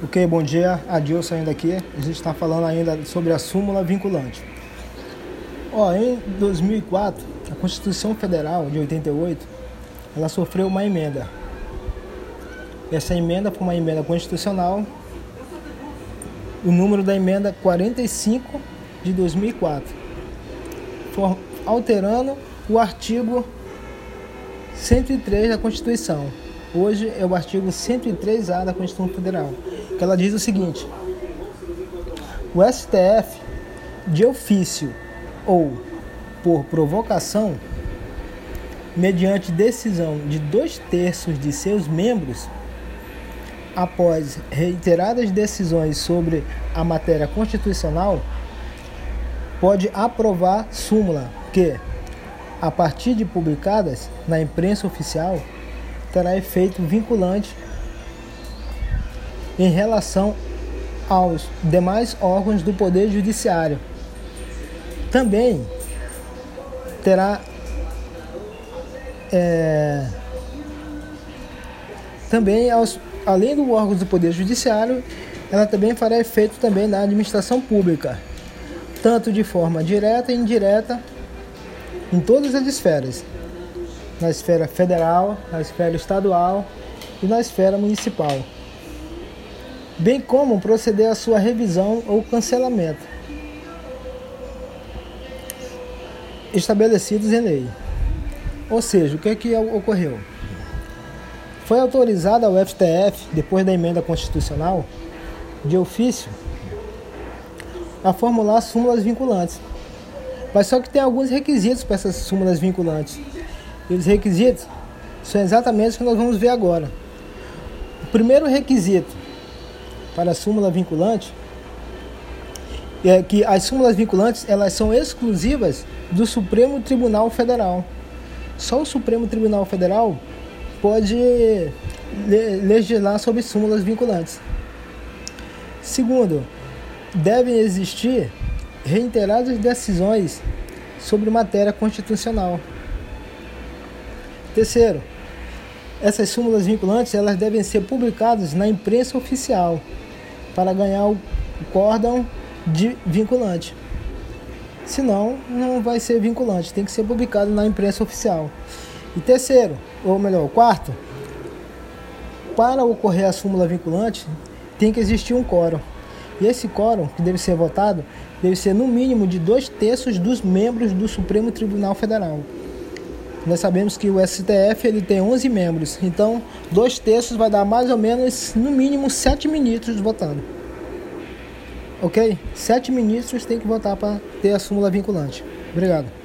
Ok, bom dia, Adilson ainda aqui. A gente está falando ainda sobre a súmula vinculante. Em 2004, a Constituição Federal de 88, ela sofreu uma emenda. Essa emenda foi uma emenda constitucional, o número da emenda 45 de 2004, alterando o artigo 103 da Constituição. Hoje é o artigo 103A da Constituição Federal, que ela diz o seguinte: o STF, de ofício ou por provocação, mediante decisão de 2/3 de seus membros, após reiteradas decisões sobre a matéria constitucional, pode aprovar súmula que, a partir de publicadas na imprensa oficial, terá efeito vinculante em relação aos demais órgãos do Poder Judiciário. Também terá além do órgão do Poder Judiciário, ela também fará efeito também na administração pública, tanto de forma direta e indireta, em todas as esferas, na esfera federal, na esfera estadual e na esfera municipal, bem como proceder à sua revisão ou cancelamento, estabelecidos em lei. Ou seja, o que ocorreu? Foi autorizado ao STF, depois da emenda constitucional, de ofício, a formular súmulas vinculantes. Mas só que tem alguns requisitos para essas súmulas vinculantes. E os requisitos são exatamente os que nós vamos ver agora. O primeiro requisito para a súmula vinculante é que as súmulas vinculantes elas são exclusivas do Supremo Tribunal Federal. Só o Supremo Tribunal Federal pode legislar sobre súmulas vinculantes. Segundo, devem existir reiteradas decisões sobre matéria constitucional. Terceiro, essas súmulas vinculantes elas devem ser publicadas na imprensa oficial para ganhar o córdão de vinculante. Senão, não vai ser vinculante, tem que ser publicado na imprensa oficial. E terceiro, ou melhor, quarto, para ocorrer a súmula vinculante, tem que existir um quórum. E esse quórum, que deve ser votado, deve ser no mínimo de 2/3 dos membros do Supremo Tribunal Federal. Nós sabemos que o STF ele tem 11 membros, então 2/3 vai dar mais ou menos, no mínimo, 7 ministros votando. Ok? 7 ministros têm que votar para ter a súmula vinculante. Obrigado.